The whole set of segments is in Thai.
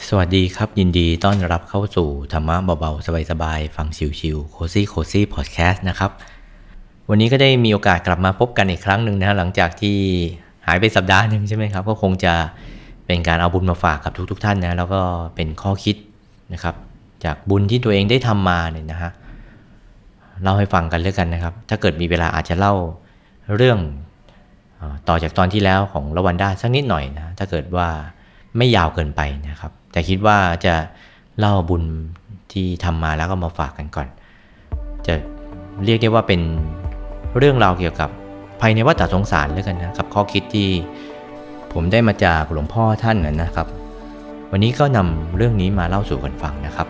สวัสดีครับยินดีต้อนรับเข้าสู่ธรรมะเบาๆสบายๆฟังชิวๆโคซี่โคซี่พอดแคสต์นะครับวันนี้ก็ได้มีโอกาสกลับมาพบกันอีกครั้งหนึ่งนะหลังจากที่หายไปสัปดาห์หนึ่งใช่ไหมครับก็คงจะเป็นการเอาบุญมาฝากกับทุกๆท่านนะแล้วก็เป็นข้อคิดนะครับจากบุญที่ตัวเองได้ทำมาเนี่ยนะฮะเล่าให้ฟังกันเรื่องกันนะครับถ้าเกิดมีเวลาอาจจะเล่าเรื่องต่อจากตอนที่แล้วของละวันด้าสักนิดหน่อยนะถ้าเกิดว่าไม่ยาวเกินไปนะครับแต่คิดว่าจะเล่าบุญที่ทำมาแล้วก็มาฝากกันก่อนจะเรียกได้ว่าเป็นเรื่องราวเกี่ยวกับภัยในวัฏสงสารแล้วกันนะครับข้อคิดที่ผมได้มาจากหลวงพ่อท่านนะครับวันนี้ก็นำเรื่องนี้มาเล่าสู่กันฟังนะครับ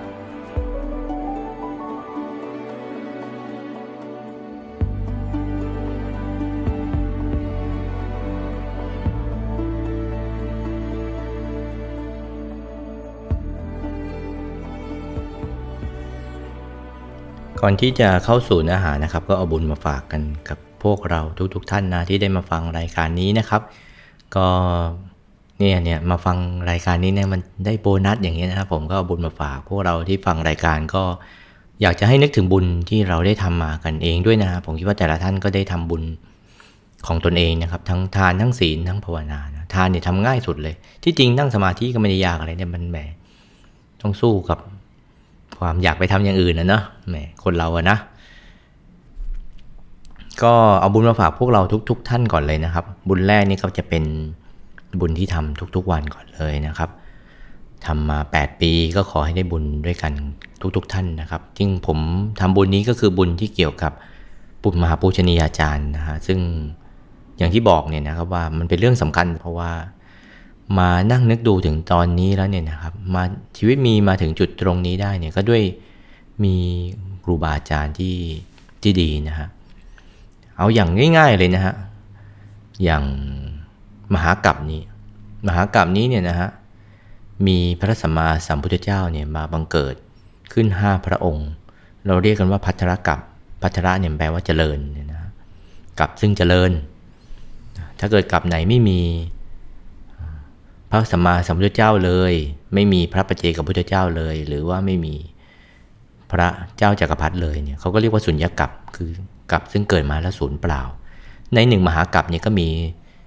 ก่อนที่จะเข้าสู่เนื้อหานะครับก็เอาบุญมาฝากกันกับพวกเราทุกท่านนะที่ได้มาฟังรายการนี้นะครับก็เนี่ยมาฟังรายการนี้เนี่ยมันได้โบนัสอย่างเงี้ยนะครับผมก็เอาบุญมาฝากพวกเราที่ฟังรายการก็อยากจะให้นึกถึงบุญที่เราได้ทำมากันเองด้วยนะผมคิดว่าแต่ละท่านก็ได้ทำบุญของตนเองนะครับทั้งทานทั้งศีลทั้งภาวนานะทานเนี่ยทำง่ายสุดเลยที่จริงนั่งสมาธิก็ไม่ได้ยากอะไรเนี่ยมันแหมต้องสู้กับความอยากไปทำอย่างอื่นนะเนาะแหมคนเราอะนะก็เอาบุญมาฝากพวกเราทุกท่านก่อนเลยนะครับบุญแรกนี่ก็จะเป็นบุญที่ทำทุกวันก่อนเลยนะครับทำมา8ปีก็ขอให้ได้บุญด้วยกันทุกท่านนะครับจริงผมทำบุญนี้ก็คือบุญที่เกี่ยวกับบุญมหาปูชนียาจารย์นะฮะซึ่งอย่างที่บอกเนี่ยนะครับว่ามันเป็นเรื่องสำคัญเพราะว่ามานั่งนึกดูถึงตอนนี้แล้วเนี่ยนะครับมาชีวิตมีมาถึงจุดตรงนี้ได้เนี่ยก็ด้วยมีครูบาอาจารย์ที่ดีนะฮะเอาอย่างง่ายๆเลยนะฮะอย่างมหากัปนี้เนี่ยนะฮะมีพระสัมมาสัมพุทธเจ้าเนี่ยมาบังเกิดขึ้น5พระองค์เราเรียกกันว่าภัทรกัปภัทรเนี่ยแปลว่าเจริญเนี่ยนะกัปซึ่งเจริญถ้าเกิดกัปไหนไม่มีพระสัมมาสัมพุทธเจ้าเลยไม่มีพระปัจเจกพุทธเจ้าเลยหรือว่าไม่มีพระเจ้าจักรพรรดิเลยเนี่ยเขาก็เรียกว่าสุญญกัปคือกัปซึ่งเกิดมาแล้วสูญเปล่าในหนึ่งมหากัปเนี่ยก็มี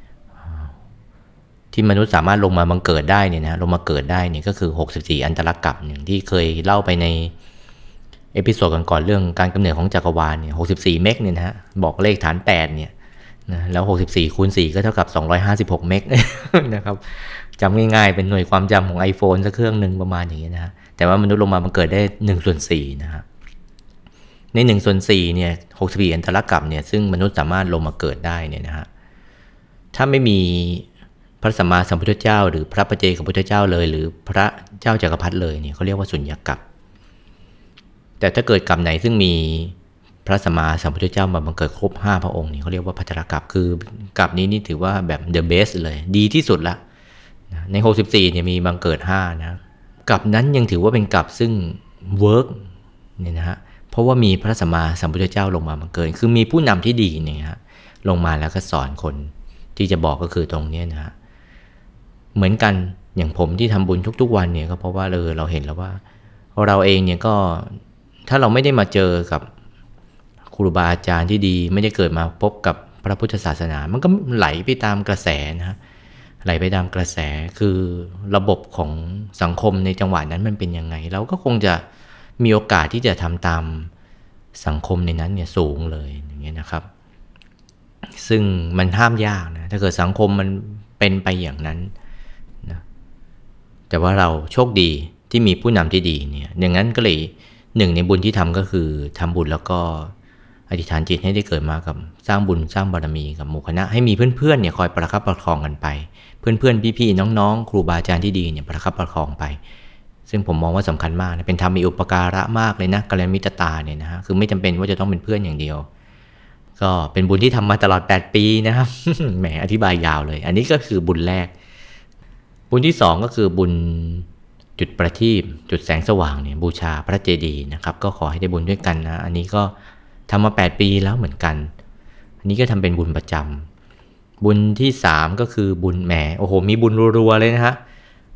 ที่มนุษย์สามารถลงมาบังเกิดได้เนี่ยนะลงมาเกิดได้เนี่ยก็คือ64อันตรกัปอย่างที่เคยเล่าไปในเอพิโซดก่อนๆเรื่องการกำเนิดของจักรวาลเนี่ย64เมกเนี่ยนะฮะบอกเลขฐาน8เนี่ยนะแล้ว64คูณ4ก็เท่ากับ256เมกนะครับจำง่ายๆเป็นหน่วยความจำของ iPhone สักเครื่องหนึ่งประมาณอย่างนี้นะฮะแต่ว่ามนุษย์ลงมาบังเกิดได้1/4นะฮะใน1/4เนี่ย64อันตรกัปเนี่ยซึ่งมนุษย์สามารถลงมาเกิดได้เนี่ยนะฮะถ้าไม่มีพระสัมมาสัมพุทธเจ้าหรือพระปัจเจกพุทธเจ้าเลยหรือพระเจ้าจักรพรรดิเลยเนี่ยเขาเรียกว่าสุญญกัปแต่ถ้าเกิดกัปไหนซึ่งมีพระสัมมาสัมพุทธเจ้ามาบังเกิดครบ5พระองค์นี่เขาเรียกว่าภัทรกัปคือกัปนี้นี่ถือว่าแบบ the best เลยดีที่สุดละใน64เนี่ยมีบังเกิด5นะกัปนั้นยังถือว่าเป็นกัปซึ่ง work เนี่ยนะฮะเพราะว่ามีพระสัมมาสัมพุทธเจ้าลงมาบังเกิดคือมีผู้นำที่ดีเนี่ยฮะลงมาแล้วก็สอนคนที่จะบอกก็คือตรงนี้นะฮะเหมือนกันอย่างผมที่ทำบุญทุกๆวันเนี่ยก็เพราะว่าเราเห็นแล้วว่าเราเองเนี่ยก็ถ้าเราไม่ได้มาเจอกับครูบาอาจารย์ที่ดีไม่ได้เกิดมาพบกับพระพุทธศาสนามันก็ไหลไปตามกระแสนะฮะไหลไปตามกระแสคือระบบของสังคมในจังหวะนั้นมันเป็นยังไงเราก็คงจะมีโอกาสที่จะทำตามสังคมในนั้นเนี่ยสูงเลยอย่างเงี้ยนะครับซึ่งมันห้ามยากนะถ้าเกิดสังคมมันเป็นไปอย่างนั้นนะแต่ว่าเราโชคดีที่มีผู้นำที่ดีเนี่ยอย่างนั้นก็เลยหนึ่งในบุญที่ทำก็คือทำบุญแล้วก็อธิษฐานจิตให้ได้เกิดมากับสร้างบุญสร้างบารมีกับหมู่คณะให้มีเพื่อนๆเนี่ยคอยประคับประคองกันไปเพื่อนๆพี่ๆน้องๆครูบาอาจารย์ที่ดีเนี่ยประคับประคองไปซึ่งผมมองว่าสำคัญมากนะเป็นธรรมมีอุปการะมากเลยนะกัลยาณมิตรตาเนี่ยนะฮะคือไม่จำเป็นว่าจะต้องเป็นเพื่อนอย่างเดียวก็เป็นบุญที่ทำมาตลอด8ปีนะครับ แหมอธิบายยาวเลยอันนี้ก็คือบุญแรกบุญที่2ก็คือบุญจุดประทีปจุดแสงสว่างเนี่ยบูชาพระเจดีย์นะครับก็ขอให้ได้บุญด้วยกันนะอันนี้ก็ทำมา8ปีแล้วเหมือนกันอันนี้ก็ทำเป็นบุญประจำบุญที่3ก็คือบุญแหมโอ้โหมีบุญรัวๆเลยนะฮะ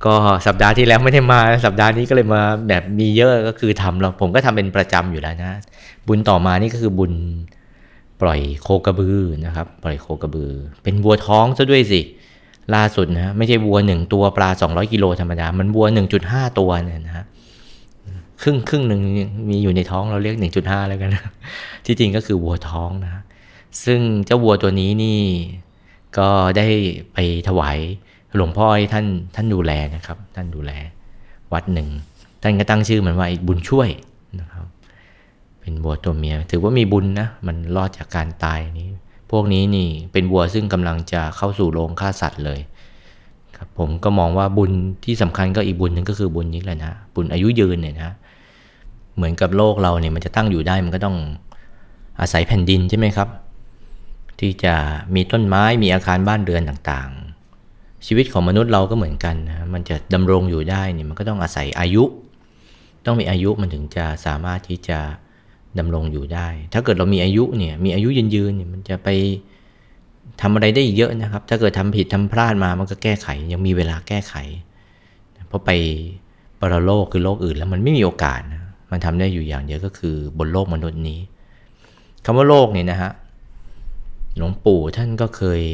ก็สัปดาห์ที่แล้วไม่ได้มาสัปดาห์นี้ก็เลยมาแบบมีเยอะก็คือทำแล้วผมก็ทำเป็นประจำอยู่แล้วนะบุญต่อมานี่ก็คือบุญปล่อยโคกระบือนะครับปล่อยโคกระบือเป็นวัวท้องซะด้วยสิล่าสุดนะไม่ใช่วัว1ตัวปลา200 กิโลธรรมดามันวัว 1.5 ตัวเนี่ยนะฮะครึ่งหนึ่งมีอยู่ในท้องเราเรียก 1.5 แล้วกันนะที่จริงก็คือวัวท้องนะซึ่งเจ้าวัวตัวนี้นี่ก็ได้ไปถวายหลวงพ่อให้ท่านดูแลนะครับท่านดูแลวัดหนึ่งท่านก็ตั้งชื่อมันว่าบุญช่วยนะครับเป็นวัวตัวเมียถือว่ามีบุญนะมันรอดจากการตายนี้พวกนี้นี่เป็นวัวซึ่งกำลังจะเข้าสู่โรงฆ่าสัตว์เลยครับผมก็มองว่าบุญที่สำคัญก็อีกบุญหนึ่งก็คือบุญนี้แหละนะบุญอายุยืนเนี่ยนะเหมือนกับโลกเราเนี่ยมันจะตั้งอยู่ได้มันก็ต้องอาศัยแผ่นดินใช่ไหมครับที่จะมีต้นไม้มีอาคารบ้านเรือนต่างๆชีวิตของมนุษย์เราก็เหมือนกันนะมันจะดำรงอยู่ได้เนี่ยมันก็ต้องอาศัยอายุต้องมีอายุมันถึงจะสามารถที่จะดำรงอยู่ได้ถ้าเกิดเรามีอายุเนี่ยมีอายุยืนเนี่ยมันจะไปทำอะไรได้อีกเยอะนะครับถ้าเกิดทำผิดทำพลาดมามันก็แก้ไขยังมีเวลาแก้ไขเพราะไปปรโลกคือโลกอื่นแล้วมันไม่มีโอกาสนะมันทำได้อยู่อย่างเดียวก็คือบนโลกมนุษย์นี้คำว่าโลกเนี่ยนะฮะหลวงปู่ท่านก็เคย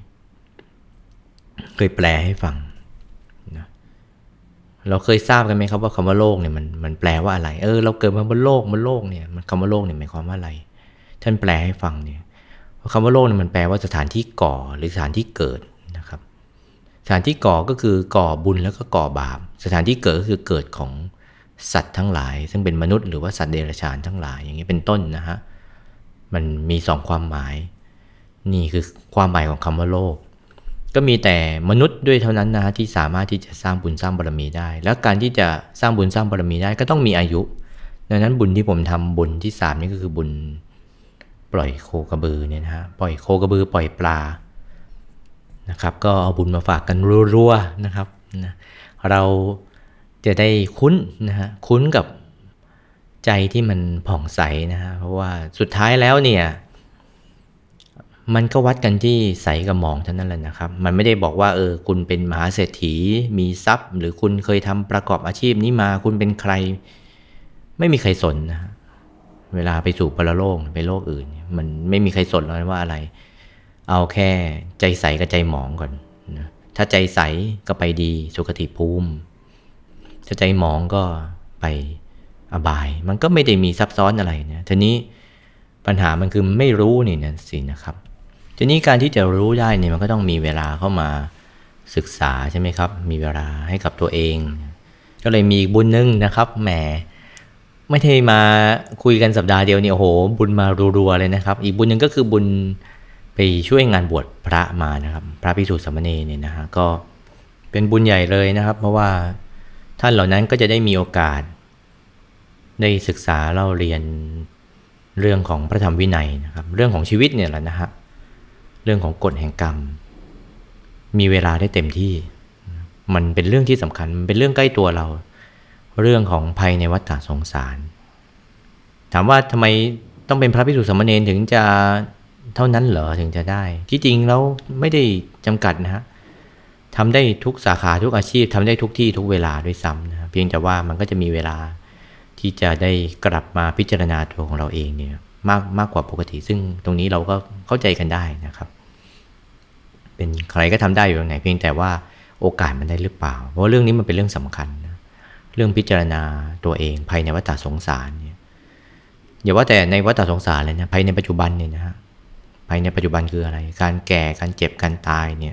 แปลให้ฟังนะเราเคยทราบกันไหมครับว่าคำว่าโลกเนี่ยมันแปลว่าอะไรเราเกิดมาบนโลกเนี่ยมันคำว่าโลกเนี่ยหมายความว่าอะไรท่านแปลให้ฟังเนี่ยคำว่าโลกเนี่ยมันแปลว่าสถานที่ก่อหรือสถานที่เกิดนะครับสถานที่ก่อก็คือก่อบุญแล้วก็ก่อบาปสถานที่เกิดก็คือเกิดของสัตว์ทั้งหลายซึ่งเป็นมนุษย์หรือว่าสัตว์เดรัจฉานทั้งหลายอย่างนี้เป็นต้นนะฮะมันมี2ความหมายนี่คือความหมายของคำว่าโลกก็มีแต่มนุษย์ด้วยเท่านั้นนะที่สามารถที่จะสร้างบุญสร้างบารมีได้แล้วการที่จะสร้างบุญสร้างบารมีได้ก็ต้องมีอายุดังนั้นบุญที่ผมทำบุญที่3นี่ก็คือบุญปล่อยโคกระบือเนี่ยนะฮะปล่อยโคกระบือปล่อยปลานะครับก็เอาบุญมาฝากกันรัวๆนะครับนะเราจะได้คุ้นนะฮะคุ้นกับใจที่มันผ่องใสนะฮะเพราะว่าสุดท้ายแล้วเนี่ยมันก็วัดกันที่ใสกับหมองเท่านั้นแหละนะครับมันไม่ได้บอกว่าคุณเป็นมหาเศรษฐีมีทรัพย์หรือคุณเคยทำประกอบอาชีพนี้มาคุณเป็นใครไม่มีใครสนนะเวลาไปสู่ปรโลกไปโลกอื่นมันไม่มีใครสนเลยว่าอะไรเอาแค่ใจใสกับใจหมองก่อนนะถ้าใจใสก็ไปดีสุคติภูมิถ้าใจหมองก็ไปอบายมันก็ไม่ได้มีซับซ้อนอะไรนะทีนี้ปัญหามันคือไม่รู้นี่นะสินะครับทีนี้การที่จะรู้ได้เนี่ยมันก็ต้องมีเวลาเข้ามาศึกษาใช่ไหมครับมีเวลาให้กับตัวเองก็เลยมีบุญนึงนะครับแหมไม่ได้มาคุยกันสัปดาห์เดียวนี่โอ้โหบุญมารัวๆเลยนะครับอีกบุญนึงก็คือบุญไปช่วยงานบวชพระมานะครับพระภิกษุสามเณรเนี่ยนะฮะก็เป็นบุญใหญ่เลยนะครับเพราะว่าท่านเหล่านั้นก็จะได้มีโอกาสได้ศึกษาเล่าเรียนเรื่องของพระธรรมวินัยนะครับเรื่องของชีวิตเนี่ยแหละนะฮะเรื่องของกฎแห่งกรรมมีเวลาได้เต็มที่มันเป็นเรื่องที่สำคัญมันเป็นเรื่องใกล้ตัวเราเรื่องของภัยในวัฏฏะสงสารถามว่าทำไมต้องเป็นพระภิกษุสามเณรถึงจะเท่านั้นเหรอถึงจะได้ที่จริงแล้วไม่ได้จำกัดนะฮะทำได้ทุกสาขาทุกอาชีพทำได้ทุกที่ทุกเวลาด้วยซ้ำนะเพียงแต่ว่ามันก็จะมีเวลาที่จะได้กลับมาพิจารณาตัวของเราเองเนี่ยมากกว่าปกติซึ่งตรงนี้เราก็เข้าใจกันได้นะครับเป็นใครก็ทำได้อยู่ตรงไหนเพียงแต่ว่าโอกาสมันได้หรือเปล่าเพราะเรื่องนี้มันเป็นเรื่องสำคัญนะเรื่องพิจารณาตัวเองภายในวัฏฏะสงสารเนี่ยอย่าว่าแต่ในวัฏฏะสงสารเลยนะภายในปัจจุบันเนี่ยนะฮะภายในปัจจุบันคืออะไรการแก่การเจ็บการตายเนี่ย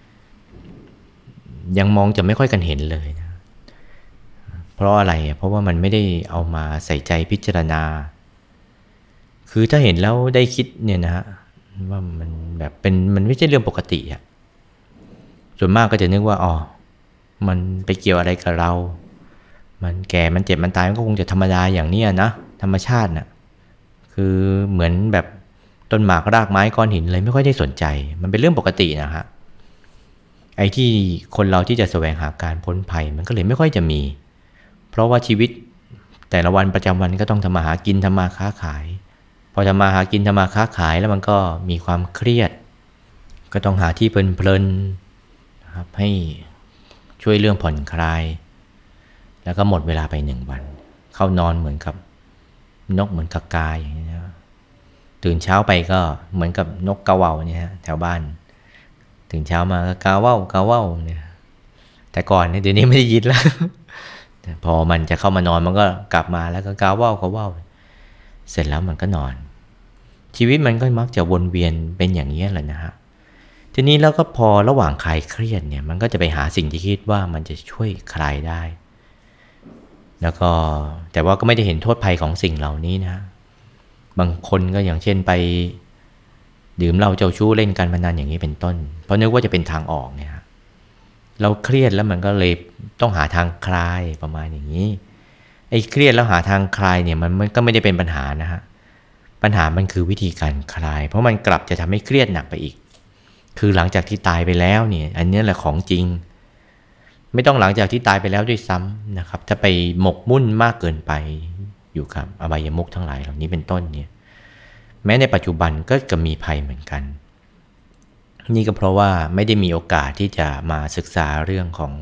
ยังมองจะไม่ค่อยกันเห็นเลยนะเพราะอะไรเพราะว่ามันไม่ได้เอามาใส่ใจพิจารณาคือถ้าเห็นแล้วได้คิดเนี่ยนะฮะว่ามันแบบมันไม่ใช่เรื่องปกติอ่ะส่วนมากก็จะนึกว่ามันไปเกี่ยวอะไรกับเรามันแก่มันเจ็บมันตายมันก็คงจะธรรมดาอย่างนี้นะธรรมชาติน่ะคือเหมือนแบบต้นหมากรากไม้ก้อนหินเลยไม่ค่อยได้สนใจมันเป็นเรื่องปกตินะฮะไอ้ที่คนเราที่จะแสวงหาการพ้นภัยมันก็เลยไม่ค่อยจะมีเพราะว่าชีวิตแต่ละวันประจำวันก็ต้องทำมาหากินทำมาค้าขายพอทำมาหากินทำมาค้าขายแล้วมันก็มีความเครียดก็ต้องหาที่เพลินๆนะครับให้ช่วยเรื่องผ่อนคลายแล้วก็หมดเวลาไป1 วันเข้านอนเหมือนกับนกเหมือนกับกาอย่างนี้นะตื่นเช้าไปก็เหมือนกับนกกาเหว่าเนี่ยฮะแถวบ้านตื่นเช้ามาก็กาเหว่ากาเหว่าเนี่ยแต่ก่อนเนี่ยเดี๋ยวนี้ไม่ได้ยินแล้วพอมันจะเข้ามานอนมันก็กลับมาแล้วก็กาเหว่ากาเหว่าเสร็จแล้วมันก็นอนชีวิตมันก็มักจะวนเวียนเป็นอย่างนี้แหละนะฮะทีนี้แล้วก็พอระหว่างคลายเครียดเนี่ยมันก็จะไปหาสิ่งที่คิดว่ามันจะช่วยคลายได้แล้วก็แต่ว่าก็ไม่ได้เห็นโทษภัยของสิ่งเหล่านี้นะบางคนก็อย่างเช่นไปดื่มเหล้าเจ้าชู้เล่นการพนันอย่างนี้เป็นต้นเพราะนึกว่าจะเป็นทางออกเนี่ยเราเครียดแล้วมันก็เลยต้องหาทางคลายประมาณอย่างนี้ไอ้เครียดแล้วหาทางคลายเนี่ยมันก็ไม่ได้เป็นปัญหานะฮะปัญหามันคือวิธีการคลายเพราะมันกลับจะทำให้เครียดหนักไปอีกคือหลังจากที่ตายไปแล้วเนี่ยอันนี้แหละของจริงไม่ต้องหลังจากที่ตายไปแล้วด้วยซ้ำนะครับถ้าไปหมกมุ่นมากเกินไปอยู่กับอบายมุขทั้งหลายเหล่านี้เป็นต้นเนี่ยแม้ในปัจจุบันก็จะมีภัยเหมือนกันนี่ก็เพราะว่าไม่ได้มีโอกาสที่จะมาศึกษาเรื่องของ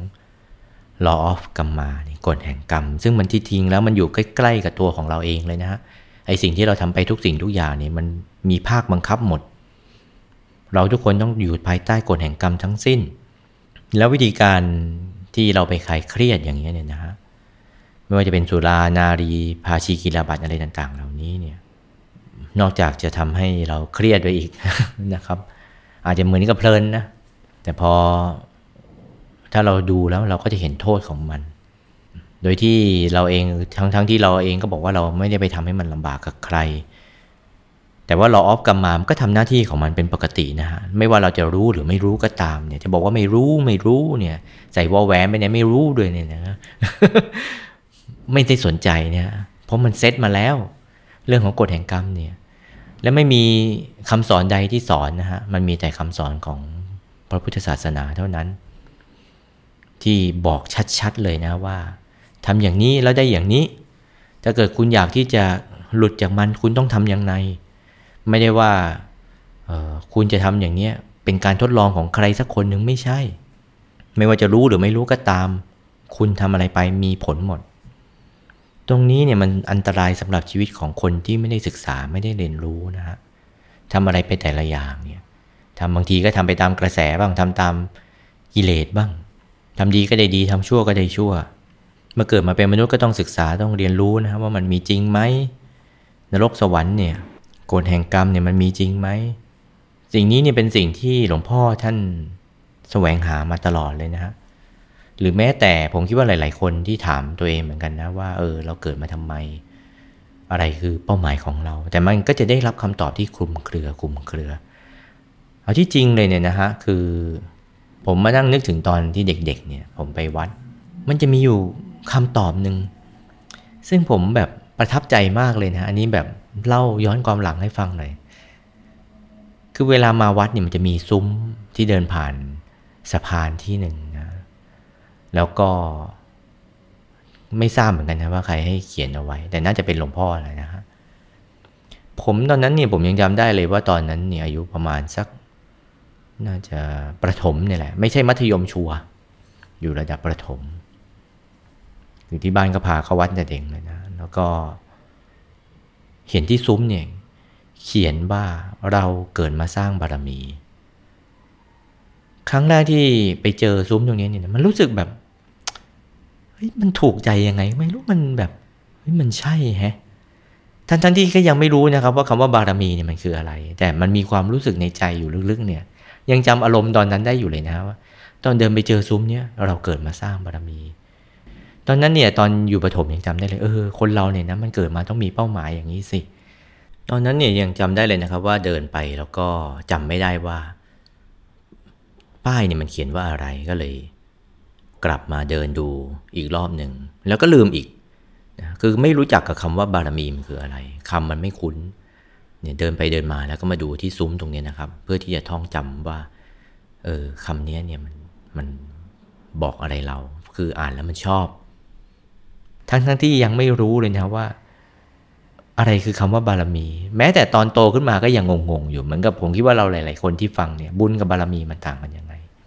law of กรรมากฎแห่งกรรมซึ่งมันที่ทิ้งแล้วมันอยู่ใกล้ๆกับตัวของเราเองเลยนะฮะไอสิ่งที่เราทำไปทุกสิ่งทุกอย่างเนี่ยมันมีภาคบังคับหมดเราทุกคนต้องอยู่ภายใต้กฎแห่งกรรมทั้งสิ้นแล้ววิธีการที่เราไปคลายเครียดอย่างนี้เนี่ยนะฮะไม่ว่าจะเป็นสุรานารีภาชีกีฬาบัตรอะไรต่างๆเหล่านี้เนี่ยนอกจากจะทำให้เราเครียดไปอีก นะครับอาจจะเหมือนกับเพลินนะแต่พอถ้าเราดูแล้วเราก็จะเห็นโทษของมันโดยที่เราเองทั้งที่เราเองก็บอกว่าเราไม่ได้ไปทำให้มันลำบากกับใครแต่ว่า law of กรรมมันก็ทำหน้าที่ของมันเป็นปกตินะฮะไม่ว่าเราจะรู้หรือไม่รู้ก็ตามเนี่ยจะบอกว่าไม่รู้เนี่ยใส่วอแหวนไปเนี่ยไม่รู้ด้วยเนี่ยนะ ไม่ได้สนใจเนี่ยเพราะมันเซตมาแล้วเรื่องของกฎแห่งกรรมเนี่ยและไม่มีคำสอนใดที่สอนนะฮะมันมีแต่คำสอนของพระพุทธศาสนาเท่านั้นที่บอกชัดๆเลยนะว่าทำอย่างนี้แล้วได้อย่างนี้ถ้าเกิดคุณอยากที่จะหลุดจากมันคุณต้องทำอย่างไรไม่ได้ว่าคุณจะทำอย่างนี้เป็นการทดลองของใครสักคนหนึ่งไม่ใช่ไม่ว่าจะรู้หรือไม่รู้ก็ตามคุณทำอะไรไปมีผลหมดตรงนี้เนี่ยมันอันตรายสำหรับชีวิตของคนที่ไม่ได้ศึกษาไม่ได้เรียนรู้นะฮะทำอะไรไปแต่ละอย่างเนี่ยทำบางทีก็ทำไปตามกระแสบ้างทำตามกิเลสบ้างทำดีก็ได้ดีทำชั่วก็ได้ชั่วเมื่อเกิดมาเป็นมนุษย์ก็ต้องศึกษาต้องเรียนรู้นะครับว่ามันมีจริงไหมนรกสวรรค์เนี่ยกฎแห่งกรรมเนี่ยมันมีจริงไหมสิ่งนี้เนี่ยเป็นสิ่งที่หลวงพ่อท่านแสวงหามาตลอดเลยนะฮะหรือแม้แต่ผมคิดว่าหลายๆคนที่ถามตัวเองเหมือนกันนะว่าเราเกิดมาทำไมอะไรคือเป้าหมายของเราแต่มันก็จะได้รับคำตอบที่คลุมเครือเอาที่จริงเลยเนี่ยนะฮะคือผมมานั่งนึกถึงตอนที่เด็กๆเนี่ยผมไปวัดมันจะมีอยู่คำตอบหนึ่งซึ่งผมแบบประทับใจมากเลยนะอันนี้แบบเล่าย้อนความหลังให้ฟังหน่อยคือเวลามาวัดเนี่ยมันจะมีซุ้มที่เดินผ่านสะพานที่หนึ่งนะแล้วก็ไม่ทราบเหมือนกันนะว่าใครให้เขียนเอาไว้แต่น่าจะเป็นหลวงพ่อแหละนะฮะผมตอนนั้นเนี่ยผมยังจำได้เลยว่าตอนนั้นเนี่ยอายุประมาณสักน่าจะประถมเนี่ยแหละไม่ใช่มัธยมชัวร์อยู่ระดับประถมอยู่ที่บ้านก็พาเข้าวัดแต่เด็กเลยนะแล้วก็เห็นที่ซุ้มเนี่ยเขียนว่าเราเกิดมาสร้างบารมีครั้งแรกที่ไปเจอซุ้มตรงนี้เนี่ยมันรู้สึกแบบเฮ้ยมันถูกใจยังไงไม่รู้มันแบบเฮ้ยมันใช่แฮะทั้งที่ก็ยังไม่รู้นะครับว่าคำว่าบารมีเนี่ยมันคืออะไรแต่มันมีความรู้สึกในใจอยู่ลึกๆเนี่ยยังจำอารมณ์ตอนนั้นได้อยู่เลยนะว่าตอนเดินไปเจอซุ้มเนี่ยเราเกิดมาสร้างบารมีตอนนั้นเนี่ยตอนอยู่ประถมยังจำได้เลยคนเราเนี่ยนะมันเกิดมาต้องมีเป้าหมายอย่างนี้สิตอนนั้นเนี่ยยังจำได้เลยนะครับว่าเดินไปแล้วก็จำไม่ได้ว่าป้ายเนี่ยมันเขียนว่าอะไรก็เลยกลับมาเดินดูอีกรอบหนึ่งแล้วก็ลืมอีกนะคือไม่รู้จักกับคำว่าบารมีมันคืออะไรคำมันไม่คุ้นเนี่ยเดินไปเดินมาแล้วก็มาดูที่ซุ้มตรงนี้นะครับเพื่อที่จะท่องจำว่าคำนี้เนี่ยมันบอกอะไรเราคืออ่านแล้วมันชอบทั้งที่ยังไม่รู้เลยนะว่าอะไรคือคำว่าบารมีแม้แต่ตอนโตขึ้นมาก็ยังงงๆอยู่เหมือนกับผมคิดว่าเราหลายๆคนที่ฟังเนี่ยบุญกับบารมีมันต่างกันยังไง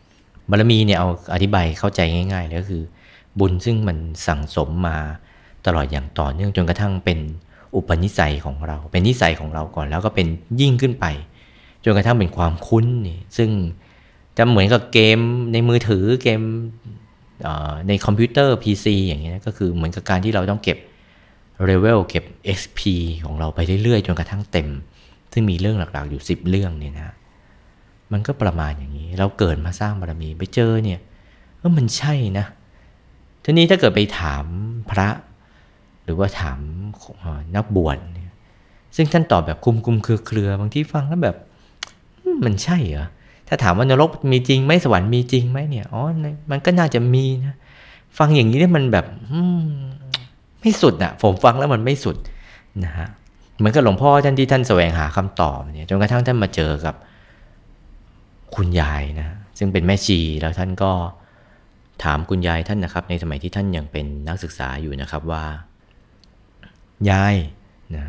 บารมีเนี่ยเอาอธิบายเข้าใจง่ายๆเลยก็คือบุญซึ่งมันสั่งสมมาตลอดอย่างต่อเนื่องจนกระทั่งเป็นอุปนิสัยของเราเป็นนิสัยของเราก่อนแล้วก็เป็นยิ่งขึ้นไปจนกระทั่งเป็นความคุ้นนี่ซึ่งจะเหมือนกับเกมในมือถือเกมในคอมพิวเตอร์ PC อย่างเงี้ยก็คือเหมือนกับการที่เราต้องเก็บเลเวลเก็บ XP ของเราไปเรื่อยๆจนกระทั่งเต็มซึ่งมีเรื่องหลักๆอยู่10เรื่องเนี่ยนะมันก็ประมาณอย่างนี้เราเกิดมาสร้างบารมีไปเจอเนี่ยมันใช่นะทีนี้ถ้าเกิดไปถามพระหรือว่าถามนักบวชเนี่ยซึ่งท่านตอบแบบคุมเครือบางทีฟังแล้วแบบมันใช่เหรอถ้าถามว่านรกมีจริงไหมสวรรค์มีจริงไหมเนี่ยมันก็น่าจะมีนะฟังอย่างนี้เนี่ยมันแบบไม่สุดอ่ะผมฟังแล้วมันไม่สุดนะฮะเหมือนกับหลวงพ่อท่านที่ท่านแสวงหาคำตอบเนี่ยจนกระทั่งท่านมาเจอกับคุณยายนะซึ่งเป็นแม่ชีแล้วท่านก็ถามคุณยายท่านนะครับในสมัยที่ท่านยังเป็นนักศึกษาอยู่นะครับว่ายายนะ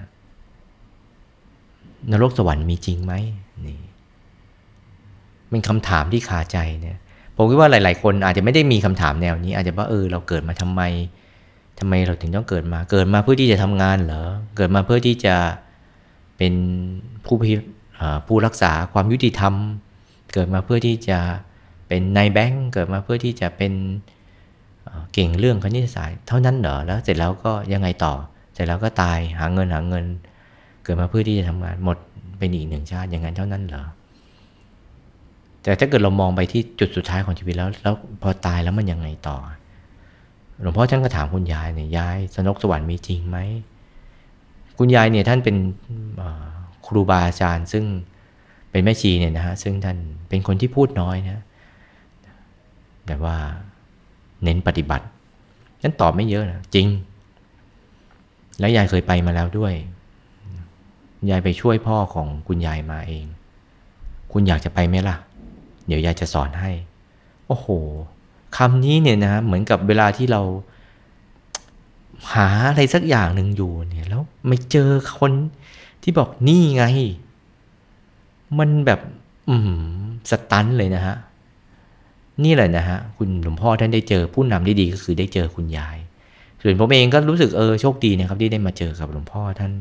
นรกสวรรค์มีจริงไหมนี่เป็นคำถามที่คาใจเนี่ยผมคิดว่าหลายๆคนอาจจะไม่ได้มีคำถามแนวนี้อาจจะว่าเราเกิดมาทำไมเราถึงต้องเกิดมาเพื่อที่จะทำงานเหรอเกิดมาเพื่อที่จะเป็นผู้รักษาความยุติธรรมเกิดมาเพื่อที่จะเป็นนายแบงก์เกิดมาเพื่อที่จะเป็นเก่งเรื่องคณิตศาสตร์เท่านั้นเหรอแล้วเสร็จแล้วก็ยังไงต่อเสร็จแล้วก็ตายหาเงินเกิดมาเพื่อที่จะทำงานหมดเป็นอีกหนึ่งชาติอย่างนั้นเท่านั้นเหรอแต่ถ้าเกิดเรามองไปที่จุดสุดท้ายของชีวิตแล้วพอตายแล้วมันยังไงต่อหลวงพ่อท่านก็ถามคุณยายเนี่ยยายนรกสวรรค์มีจริงไหมคุณยายเนี่ยท่านเป็นครูบาอาจารย์ซึ่งเป็นแม่ชีเนี่ยนะฮะซึ่งท่านเป็นคนที่พูดน้อยนะแบบว่าเน้นปฏิบัติฉันตอบไม่เยอะนะจริงแล้วยายเคยไปมาแล้วด้วยยายไปช่วยพ่อของคุณยายมาเองคุณอยากจะไปไหมล่ะเดี๋ยวยายจะสอนให้โอ้โหคำนี้เนี่ยนะเหมือนกับเวลาที่เราหาอะไรสักอย่างหนึ่งอยู่เนี่ยแล้วไม่เจอคนที่บอกนี่ไงมันแบบสตันเลยนะฮะนี่แหละนะฮะคุณหลวงพ่อท่านได้เจอผู้นำที่ดีก็คือได้เจอคุณยายส่วนผมเองก็รู้สึกโชคดีนะครับที่ได้มาเจอกับหลวงพ่อท่าน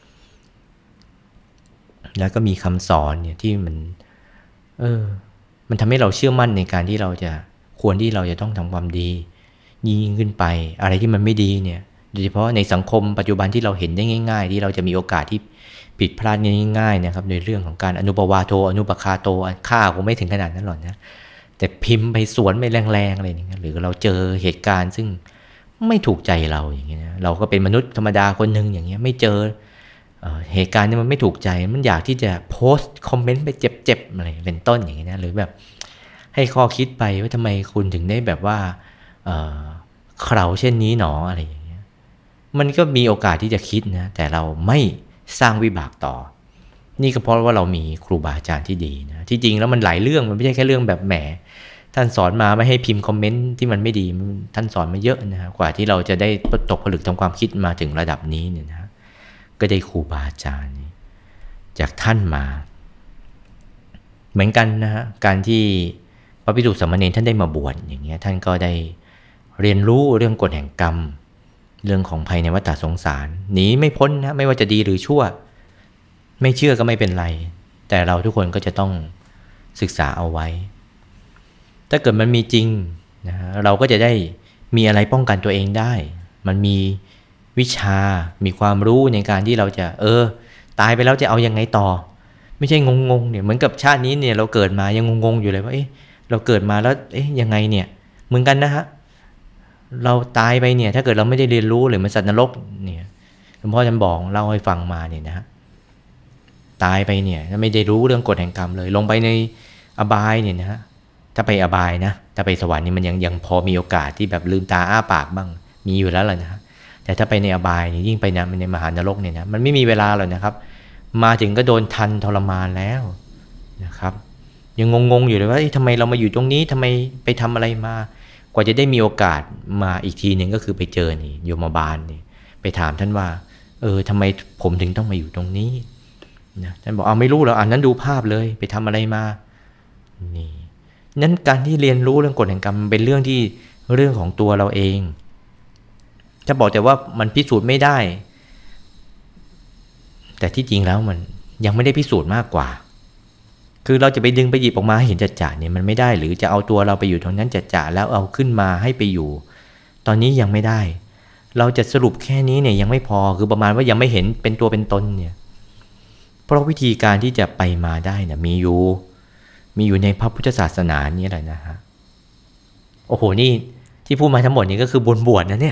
แล้วก็มีคำสอนเนี่ยที่มันทำให้เราเชื่อมั่นในการที่เราจะควรที่เราจะต้องทำความดียิ่งขึ้นไปอะไรที่มันไม่ดีเนี่ยโดยเฉพาะในสังคมปัจจุบันที่เราเห็นได้ง่ายๆที่เราจะมีโอกาสที่ผิดพลาดง่ายๆนะครับในเรื่องของการอนุปวาโทอนุปคาโตฆ่าคงไม่ถึงขนาดนั้นหรอกนะแต่พิมพ์ไปสวนไปแรงๆอะไรอย่างเงี้ยหรือเราเจอเหตุการณ์ซึ่งไม่ถูกใจเราอย่างเงี้ยเราก็เป็นมนุษย์ธรรมดาคนหนึ่งอย่างเงี้ยไม่เจอเหตุการณ์นี้มันไม่ถูกใจมันอยากที่จะโพสต์คอมเมนต์ไปเจ็บๆอะไรเป็นต้นอย่างเงี้ยนะหรือแบบให้ข้อคิดไปว่าทำไมคุณถึงได้แบบว่าเคราเช่นนี้หนออะไรอย่างเงี้ยมันก็มีโอกาสที่จะคิดนะแต่เราไม่สร้างวิบากต่อนี่ก็เพราะว่าเรามีครูบาอาจารย์ที่ดีนะที่จริงแล้วมันหลายเรื่องมันไม่ใช่แค่เรื่องแบบแหมท่านสอนมาไม่ให้พิมพ์คอมเมนต์ที่มันไม่ดีท่านสอนมาเยอะนะกว่าที่เราจะได้ตกผลึกทำความคิดมาถึงระดับนี้เนี่ยนะก็ได้ครูบาอาจารย์จากท่านมาเหมือนกันนะฮะการที่พระภิกษุสามเณรท่านได้มาบวชอย่างเงี้ยท่านก็ได้เรียนรู้เรื่องกฎแห่งกรรมเรื่องของภัยในวัฏสงสารหนีไม่พ้นนะไม่ว่าจะดีหรือชั่วไม่เชื่อก็ไม่เป็นไรแต่เราทุกคนก็จะต้องศึกษาเอาไว้ถ้าเกิดมันมีจริงนะเราก็จะได้มีอะไรป้องกันตัวเองได้มันมีวิชามีความรู้ในการที่เราจะตายไปแล้วจะเอายังไงต่อไม่ใช่งงๆเนี่ยเหมือนกับชาตินี้เนี่ยเราเกิดมายังงงๆอยู่เลยว่าเราเกิดมาแล้วยังไงเนี่ยเหมือนกันนะฮะเราตายไปเนี่ยถ้าเกิดเราไม่ได้เรียนรู้หรือมันสัตว์นรกเนี่ยหลวงพ่อท่านบอกเล่าให้ฟังมาเนี่ยนะตายไปเนี่ยไม่ได้รู้เรื่องกฎแห่งกรรมเลยลงไปในอบายเนี่ยนะฮะถ้าไปอบายนะถ้าไปสวรรค์นี่มันยังพอมีโอกาสที่แบบลืมตาอ้าปากบ้างมีอยู่แล้วแหละนะแต่ถ้าไปในอบายนี่ยิ่งไปในมหานรกเนี่ยนะมันไม่มีเวลาหรอกนะครับมาถึงก็โดนทันทรมานแล้วนะครับยังงงๆอยู่เลยว่าทำไมเรามาอยู่ตรงนี้ทำไมไปทำอะไรมากว่าจะได้มีโอกาสมาอีกทีหนึ่งก็คือไปเจอนี่โยมบาลนี่ไปถามท่านว่าทำไมผมถึงต้องมาอยู่ตรงนี้นะท่านบอกไม่รู้เหรอนั้นดูภาพเลยไปทำอะไรมานี่นั้นการที่เรียนรู้เรื่องกฎแห่งกรรมเป็นเรื่องที่เรื่องของตัวเราเองจะบอกแต่ว่ามันพิสูจน์ไม่ได้แต่ที่จริงแล้วมันยังไม่ได้พิสูจน์มากกว่าคือเราจะไปดึงไปหยิบออกมาให้เห็นจัดๆเนี่ยมันไม่ได้หรือจะเอาตัวเราไปอยู่ตรงนั้นจัดๆแล้วเอาขึ้นมาให้ไปอยู่ตอนนี้ยังไม่ได้เราจะสรุปแค่นี้เนี่ยยังไม่พอคือประมาณว่ายังไม่เห็นเป็นตัวเป็นตนเนี่ยเพราะวิธีการที่จะไปมาได้เนี่ยมีอยู่ในพระพุทธศาสนานี่แหละนะฮะโอ้โหนี่ที่พูดมาทั้งหมดนี้ก็คือบวชนะเนี่ย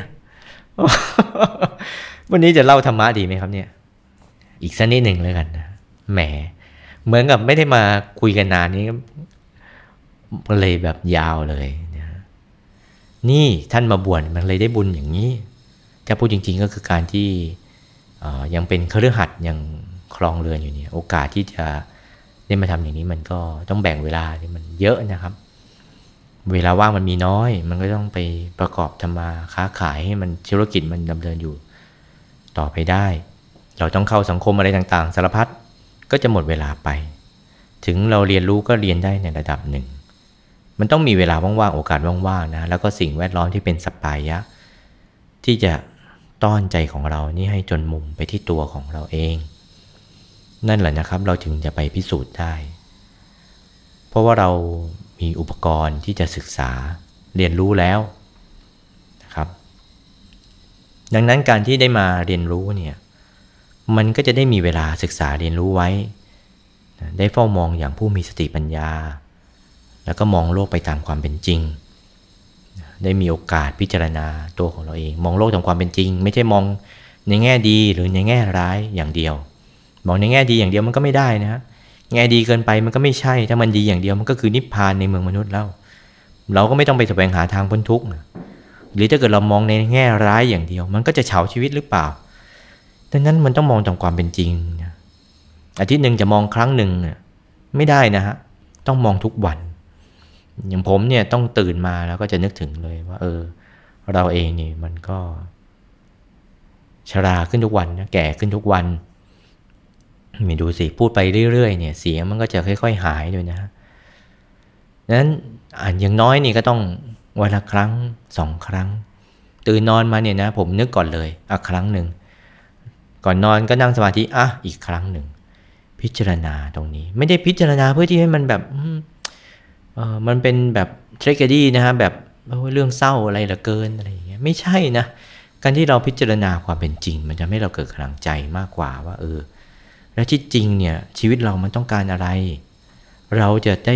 วันนี้จะเล่าธรรมะดีไหมครับเนี่ยอีกสักนิดหนึ่งเลยกันนะแหมเหมือนกับไม่ได้มาคุยกันนานนี้ก็เลยแบบยาวเลยนะนี่ท่านมาบวชมันเลยได้บุญอย่างนี้ถ้าพูดจริงๆก็คือการที่ยังเป็นคฤหัสถ์ยังครองเรือนอยู่เนี่ยโอกาสที่จะได้มาทำอย่างนี้มันก็ต้องแบ่งเวลาที่มันเยอะนะครับเวลาว่างมันมีน้อยมันก็ต้องไปประกอบทำมาค้าขายให้มันธุรกิจมันดำเนินอยู่ต่อไปได้เราต้องเข้าสังคมอะไรต่างๆสารพัดก็จะหมดเวลาไปถึงเราเรียนรู้ก็เรียนได้ในระดับหนึ่งมันต้องมีเวลาว่างๆโอกาสว่างๆนะแล้วก็สิ่งแวดล้อมที่เป็นสัปปายะที่จะต้อนใจของเรานี่ให้จนมุมไปที่ตัวของเราเองนั่นแหละนะครับเราถึงจะไปพิสูจน์ได้เพราะว่าเรามีอุปกรณ์ที่จะศึกษาเรียนรู้แล้วนะครับดังนั้นการที่ได้มาเรียนรู้เนี่ยมันก็จะได้มีเวลาศึกษาเรียนรู้ไว้ได้เฝ้ามองอย่างผู้มีสติปัญญาแล้วก็มองโลกไปตามความเป็นจริงได้มีโอกาสพิจารณาตัวของเราเองมองโลกตามความเป็นจริงไม่ใช่มองในแง่ดีหรือในแง่ร้ายอย่างเดียวมองในแง่ดีอย่างเดียวมันก็ไม่ได้นะฮะแง่ดีเกินไปมันก็ไม่ใช่ถ้ามันดีอย่างเดียวมันก็คือนิพพานในเมืองมนุษย์แล้วเราก็ไม่ต้องไปแสวงหาทางพ้นทุกข์หรือถ้าเกิดเรามองในแง่ร้ายอย่างเดียวมันก็จะเฉาชีวิตหรือเปล่าดังนั้นมันต้องมองตามความเป็นจริงอาทิตย์หนึ่งจะมองครั้งหนึ่งไม่ได้นะฮะต้องมองทุกวันอย่างผมเนี่ยต้องตื่นมาแล้วก็จะนึกถึงเลยว่าเราเองนี่มันก็ชราขึ้นทุกวันนะแก่ขึ้นทุกวันไม่ดูสิพูดไปเรื่อยๆเนี่ยเสียงมันก็จะค่อยๆหายด้วยนะดังนั้นอย่างน้อยนี่ก็ต้องวันละครั้ง2 ครั้งตื่นนอนมาเนี่ยนะผมนึกก่อนเลยครั้งหนึ่งก่อนนอนก็นั่งสมาธิอีกครั้งหนึ่งพิจารณาตรงนี้ไม่ได้พิจารณาเพื่อที่ให้มันแบบมันเป็นแบบเทรกดี้นะฮะแบบเรื่องเศร้าอะไรเหลือเกินอะไรอย่างเงี้ยไม่ใช่นะการที่เราพิจารณาความเป็นจริงมันจะให้เราเกิดกำลังใจมากกว่าว่าแล้วที่จริงเนี่ยชีวิตเรามันต้องการอะไรเราจะได้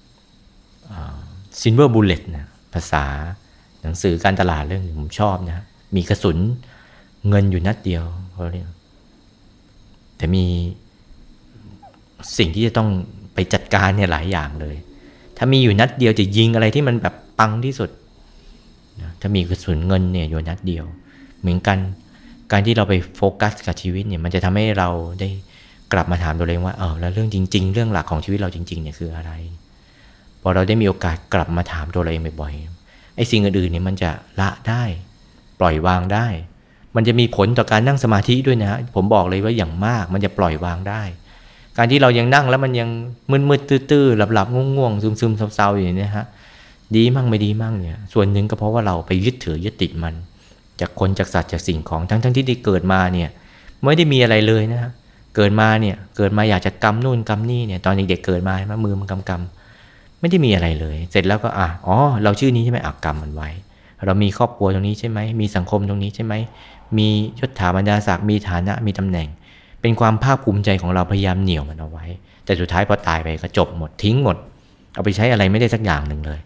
ซิลเวอร์บูลเลตนะภาษาหนังสือการตลาดเรื่องนึงผมชอบนะมีกระสุนเงินอยู่นัดเดียวเขาเรียกแต่มีสิ่งที่จะต้องไปจัดการเนี่ยหลายอย่างเลยถ้ามีอยู่นัดเดียวจะยิงอะไรที่มันแบบปังที่สุดถ้ามีกระสุนเงินเนี่ยอยู่นัดเดียวเหมือนกันการที่เราไปโฟกัสกับชีวิตเนี่ยมันจะทำให้เราได้กลับมาถามตัวเองว่าแล้วเรื่องจริงๆเรื่องหลักของชีวิตเราจริงๆเนี่ยคืออะไรพอเราได้มีโอกาสกลับมาถามตัวเราเองบ่อยๆไอ้สิ่งอื่นๆเนี่ยมันจะละได้ปล่อยวางได้มันจะมีผลต่อการนั่งสมาธิด้วยนะผมบอกเลยว่าอย่างมากมันจะปล่อยวางได้การที่เรายังนั่งแล้วมันยังมืดๆตื้อๆหลับๆง่วงๆซึมๆเศร้าๆอย่างนี้ฮะดีมั่งไม่ดีมั่งเนี่ยส่วนหนึ่งก็เพราะว่าเราไปยึดถือยึดติดมันจากคนจากสัตว์จากสิ่งของทั้งที่เกิดมาเนี่ยไม่ได้มีอะไรเลยนะฮะเกิดมาอยากจะกำนู่นกำนี่เนี่ยตอนเด็กๆเกิดมามือมันกำไม่ได้มีอะไรเลยเสร็จแล้วก็เราชื่อนี้ใช่ไหมกรรมมันไว้เรามีครอบครัวตรงนี้ใช่ไหมมีสังคมตรงนี้ใช่ไหมมียศถาบรรดาศักดิ์มีฐานะมีตำแหน่งเป็นความภาคภูมิใจของเราพยายามเหนี่ยวมันเอาไว้แต่สุดท้ายพอตายไปก็จบหมดทิ้งหมดเอาไปใช้อะไรไม่ได้สักอย่างหนึ่งเลย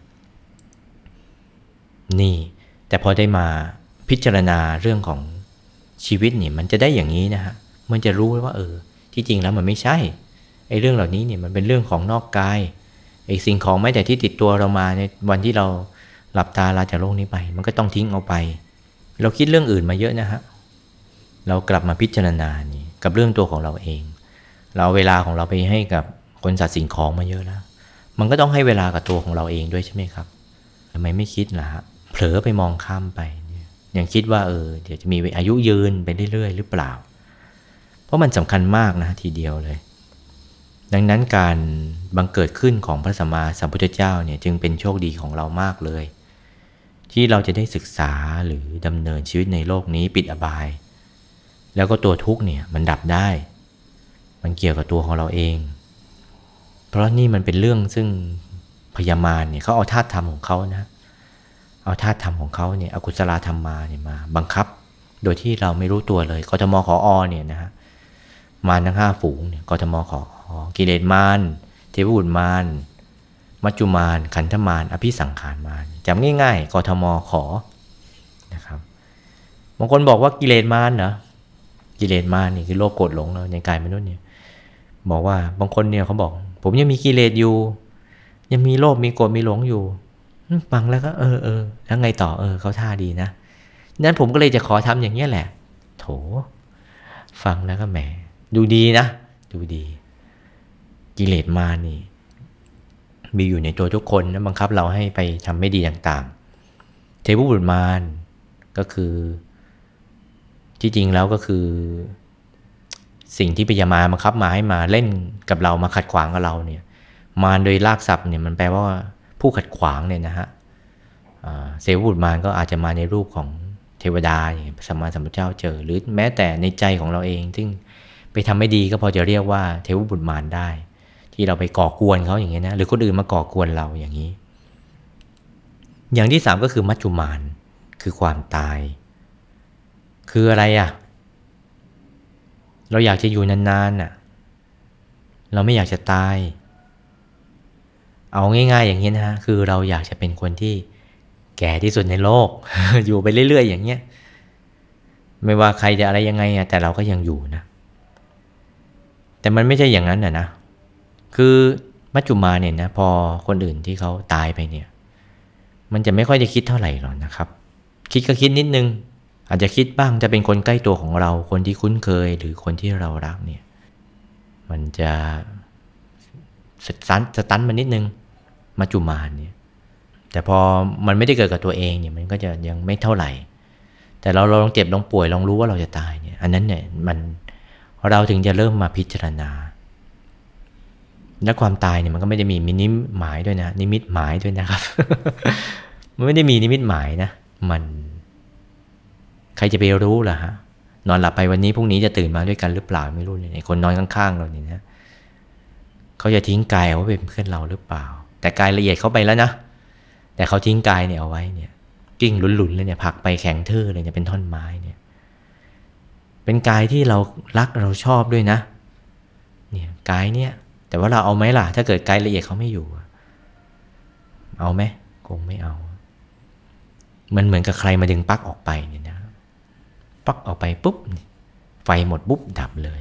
นี่แต่พอได้มาพิจารณาเรื่องของชีวิตนี่มันจะได้อย่างนี้นะฮะมันจะรู้ว่าที่จริงแล้วมันไม่ใช่ไอ้เรื่องเหล่านี้เนี่ยมันเป็นเรื่องของนอกกายไอ้สิ่งของแม้แต่ที่ติดตัวเรามาในวันที่เราหลับตาลาจากโลกนี้ไปมันก็ต้องทิ้งเอาไปเราคิดเรื่องอื่นมาเยอะนะฮะเรากลับมาพิจารณานี่กับเรื่องตัวของเราเองเราเวลาของเราไปให้กับคนสัตว์สิ่งของมาเยอะแล้วมันก็ต้องให้เวลากับตัวของเราเองด้วยใช่ไหมครับทำไมไม่คิดล่ะฮะเผลอไปมองข้ามไปยังคิดว่าเดี๋ยวจะมีอายุยืนไปเรื่อยๆหรือเปล่าเพราะมันสำคัญมากนะทีเดียวเลยดังนั้นการบังเกิดขึ้นของพระสัมมาสัมพุทธเจ้าเนี่ยจึงเป็นโชคดีของเรามากเลยที่เราจะได้ศึกษาหรือดำเนินชีวิตในโลกนี้ปิดอบายแล้วก็ตัวทุกข์เนี่ยมันดับได้มันเกี่ยวกับตัวของเราเองเพราะนี่มันเป็นเรื่องซึ่งพยามารเนี่ยเขาเอาธาตุธรรมของเขานะเอาธาตุธรรมของเขาเนี่ยอกุศลธรรมมาเนี่ยมาบังคับโดยที่เราไม่รู้ตัวเลยกทมขอเนี่ยนะฮะมารทั้ง5ฝูงเนี่ยกทมขอกิเลสมารเทวบุตรมารมัจจุมารขันธมารอภิสังขารมารจำง่ายๆกทมขอนะครับบางคนบอกว่ากิเลสมารเหรอกิเลสมารนี่คือโลภโกรธหลงเราในกายมนุษย์เนี่ยบอกว่าบางคนเนี่ยเขาบอกผมยังมีกิเลสอยู่ยังมีโลภมีโกรธมีหลงอยู่ฟังแล้วก็แล้วไงต่อเขาท่าดีนะนั้นผมก็เลยจะขอทำอย่างนี้แหละโถฟังแล้วก็แหมดูดีนะดูดีกิเลสมารนี่มีอยู่ในตัวทุกคนนะบังคับเราให้ไปทำไม่ดีต่างๆเทวบุตรมารก็คือที่จริงแล้วก็คือสิ่งที่พยามารบังคับมาให้มาเล่นกับเรามาขัดขวางกับเราเนี่ยมารโดยรากศัพท์เนี่ยมันแปลว่าผู้ขัดขวางเนี่ยนะฮะเทวบุตรมารก็อาจจะมาในรูปของเทวดาอย่างพระสัมมาสัมพุทธเจ้าเจอหรือแม้แต่ในใจของเราเองซึ่งไปทำไม่ดีก็พอจะเรียกว่าเทวบุตรมารได้ที่เราไปก่อกวนเขาอย่างเงี้ยนะหรือคนอื่นมาก่อกวนเราอย่างนี้อย่างที่3ก็คือมัจจุมารคือความตายคืออะไรอ่ะเราอยากจะอยู่นานๆน่ะเราไม่อยากจะตายเอาง่ายๆอย่างนี้นะฮะคือเราอยากจะเป็นคนที่แก่ที่สุดในโลก อยู่ไปเรื่อยๆอย่างเงี้ยไม่ว่าใครจะอะไรยังไงอะแต่เราก็ยังอยู่นะแต่มันไม่ใช่อย่างนั้นนะคือมัจจุมารเนี่ยนะพอคนอื่นที่เขาตายไปเนี่ยมันจะไม่ค่อยจะคิดเท่าไหร่หรอกนะครับคิดก็คิดนิดนึงอาจจะคิดบ้างจะเป็นคนใกล้ตัวของเราคนที่คุ้นเคยหรือคนที่เรารักเนี่ยมันจะสตันมันนิดนึงมัจจุมารเนี่ยแต่พอมันไม่ได้เกิดกับตัวเองเนี่ยมันก็จะยังไม่เท่าไหร่แต่เราลองเจ็บลองป่วยลองรู้ว่าเราจะตายเนี่ยอันนั้นเนี่ยมันเราถึงจะเริ่มมาพิจารณาและความตายเนี่ยมันก็ไม่ได้มีนิมิตหมายด้วยนะนิมิตหมายด้วยนะครับ มันไม่ได้มีนิมิตหมายนะมันใครจะไปรู้ล่ะฮะนอนหลับไปวันนี้พรุ่งนี้จะตื่นมาด้วยกันหรือเปล่าไม่รู้เลยคนนอนข้างๆเราเนี่ยนะเขาจะทิ้งกายเอาไว้เป็นเพื่อนเราหรือเปล่าแต่กายละเอียดเขาไปแล้วนะแต่เขาทิ้งกายเนี่ยเอาไว้เนี่ยกิ้งหลุนๆเลยเนี่ยผลักไปแข็งทื่อเลยเนี่ยเป็นท่อนไม้เนี่ยเป็นกายที่เรารักเราชอบด้วยนะเนี่ยกายเนี่ยแต่ว่าเราเอาไหมล่ะถ้าเกิดกายละเอียดเขาไม่อยู่เอาไหมคงไม่เอามันเหมือนกับใครมาดึงปลั๊กออกไปเนี่ยนะปลั๊กออกไปปุ๊บไฟหมดปุ๊บดับเลย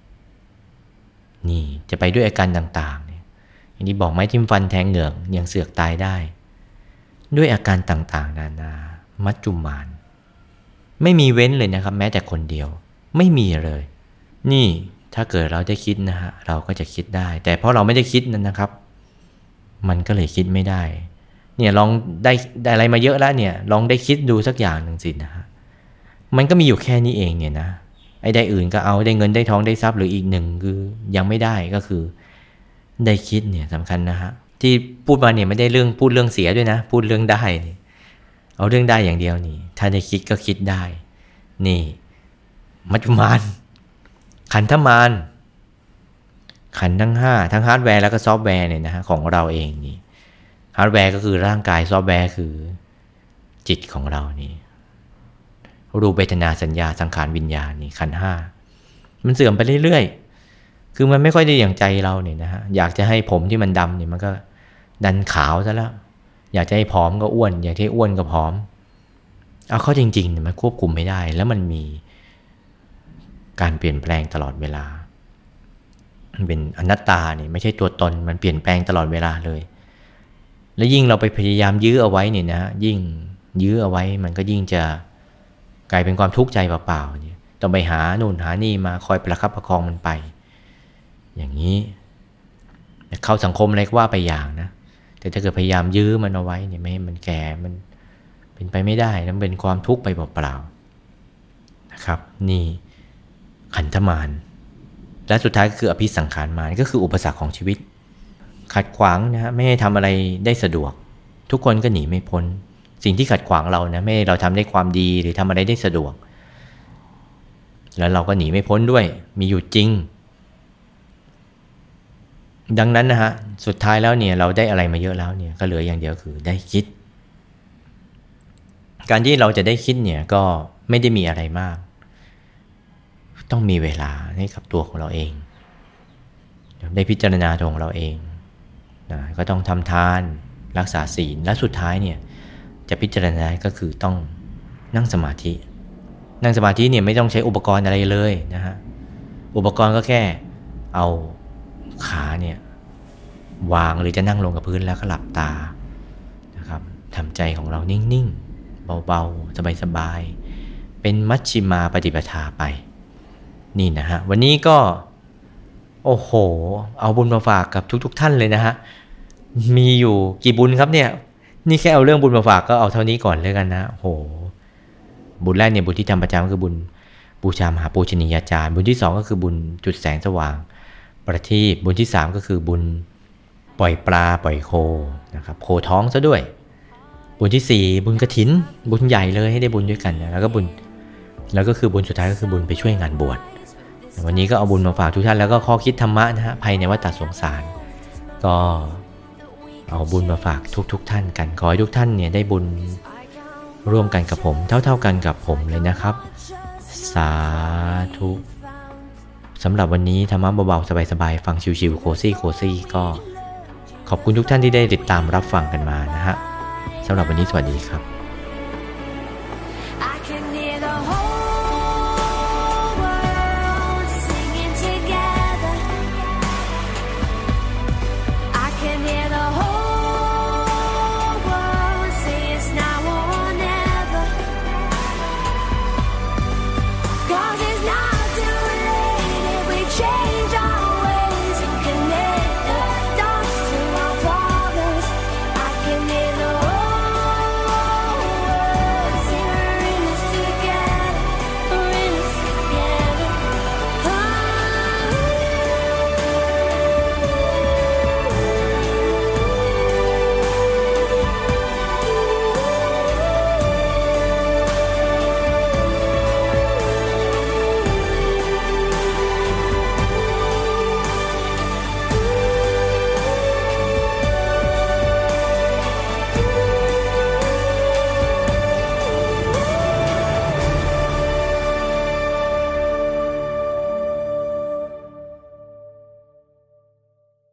นี่จะไปด้วยอาการต่างๆเนี่ยอย่างที่บอกไม้ทิ่มฟันแทงเหงือกยังเสือกตายได้ด้วยอาการต่างๆนานามัจจุมารไม่มีเว้นเลยนะครับแม้แต่คนเดียวไม่มีเลยนี่ถ้าเกิดเราได้คิดนะฮะเราก็จะคิดได้แต่เพราะเราไม่ได้คิดนั่นนะครับมันก็เลยคิดไม่ได้เนี่ยลองได้อะไรมาเยอะแล้วเนี่ยลองได้คิดดูสักอย่างหนึ่งสินะฮะมันก็มีอยู่แค่นี้เองเนี่ยนะไอ้ได้อื่นก็เอาได้เงินได้ทองได้ทรัพย์หรืออีกหนึ่งคือยังไม่ได้ก็คือได้คิดเนี่ยสำคัญนะฮะที่พูดมาเนี่ยไม่ได้พูดเรื่องเสียด้วยนะพูดเรื่องได้นี่เอาเรื่องได้อย่างเดียวนี่ถ้าได้คิดก็คิดได้นี่มัจจุมารขันธมารขันธ์ทั้ง5ทั้งฮาร์ดแวร์แล้วก็ซอฟต์แวร์เนี่ยนะฮะของเราเองนี่ฮาร์ดแวร์ก็คือร่างกายซอฟต์แวร์คือจิตของเรานี่รูปเวทนาสัญญาสังขารวิญญาณนี่ขันธ์5มันเสื่อมไปเรื่อยๆคือมันไม่ค่อยได้อย่างใจเราเนี่ยนะฮะอยากจะให้ผมที่มันดำเนี่ยมันก็ดันขาวซะแล้วอยากจะให้ผอมก็อ้วนอยากให้อ้วนก็ผอมเอาเข้าจริงๆเนี่ยมันควบคุมไม่ได้แล้วมันมีการเปลี่ยนแปลงตลอดเวลามันเป็นอนัตตาเนี่ยไม่ใช่ตัวตนมันเปลี่ยนแปลงตลอดเวลาเลยและยิ่งเราไปพยายามยื้อเอาไว้เนี่ยนะยิ่งยื้อเอาไว้มันก็ยิ่งจะกลายเป็นความทุกข์ใจเปล่าๆเนี่ยต้องไปหานู่นหานี่มาคอยประคับประคองมันไปอย่างนี้เข้าสังคมอะไรก็ว่าไปอย่างนะแต่ถ้าเกิดพยายามยื้อมันเอาไว้เนี่ยไม่ให้มันแก่มันเป็นไปไม่ได้มันเป็นความทุกข์ไปเปล่าๆนะครับนี่ขันธมารหและสุดท้ายก็คืออภิสังขารมาก็คืออุปสรรคของชีวิตขัดขวางนะฮะไม่ให้ทำอะไรได้สะดวกทุกคนก็หนีไม่พ้นสิ่งที่ขัดขวางเรานะไม่ให้เราทำได้ความดีหรือทำอะไรได้สะดวกแล้วเราก็หนีไม่พ้นด้วยมีอยู่จริงดังนั้นนะฮะสุดท้ายแล้วเนี่ยเราได้อะไรมาเยอะแล้วเนี่ยก็เหลืออย่างเดียวคือได้คิดการที่เราจะได้คิดเนี่ยก็ไม่ได้มีอะไรมากต้องมีเวลาให้กับตัวของเราเองได้พิจารณาตัวของเราเองนะก็ต้องทำทานรักษาศีลและสุดท้ายเนี่ยจะพิจารณาก็คือต้องนั่งสมาธินั่งสมาธิเนี่ยไม่ต้องใช้อุปกรณ์อะไรเลยนะฮะอุปกรณ์ก็แค่เอาขาเนี่ยวางหรือจะนั่งลงกับพื้นแล้วก็หลับตานะครับทำใจของเรานิ่งๆเบาๆสบายๆเป็นมัชฌิมาปฏิปทาไปนี่นะฮะวันนี้ก็โอ้โหเอาบุญมาฝากกับทุกท่านเลยนะฮะมีอยู่กี่บุญครับเนี่ยนี่แค่เอาเรื่องบุญมาฝากก็เอาเท่านี้ก่อนเลยกันนะโอ้โหบุญแรกเนี่ยบุญที่ทำประจำก็คือบุญบูชามหาปูชนียาจารย์บุญที่2ก็คือบุญจุดแสงสว่างประทีปบุญที่3ก็คือบุญปล่อยปลาปล่อยโคนะครับโคท้องซะด้วยบุญที่4บุญกฐินบุญใหญ่เลยให้ได้บุญด้วยกันนะแล้วก็คือบุญสุดท้ายก็คือบุญไปช่วยงานบวชวันนี้ก็เอาบุญมาฝากทุกท่านแล้วก็ข้อคิดธรรมะนะฮะภัยในวัฏสงสารก็เอาบุญมาฝากทุกท่านกันขอให้ทุกท่านเนี่ยได้บุญร่วมกันกับผมเท่ากันกับผมเลยนะครับสาธุสำหรับวันนี้ธรรมะเบาๆสบายๆฟังชิวๆโคซี่ก็ขอบคุณทุกท่านที่ได้ติดตามรับฟังกันมานะฮะสำหรับวันนี้สวัสดีครับ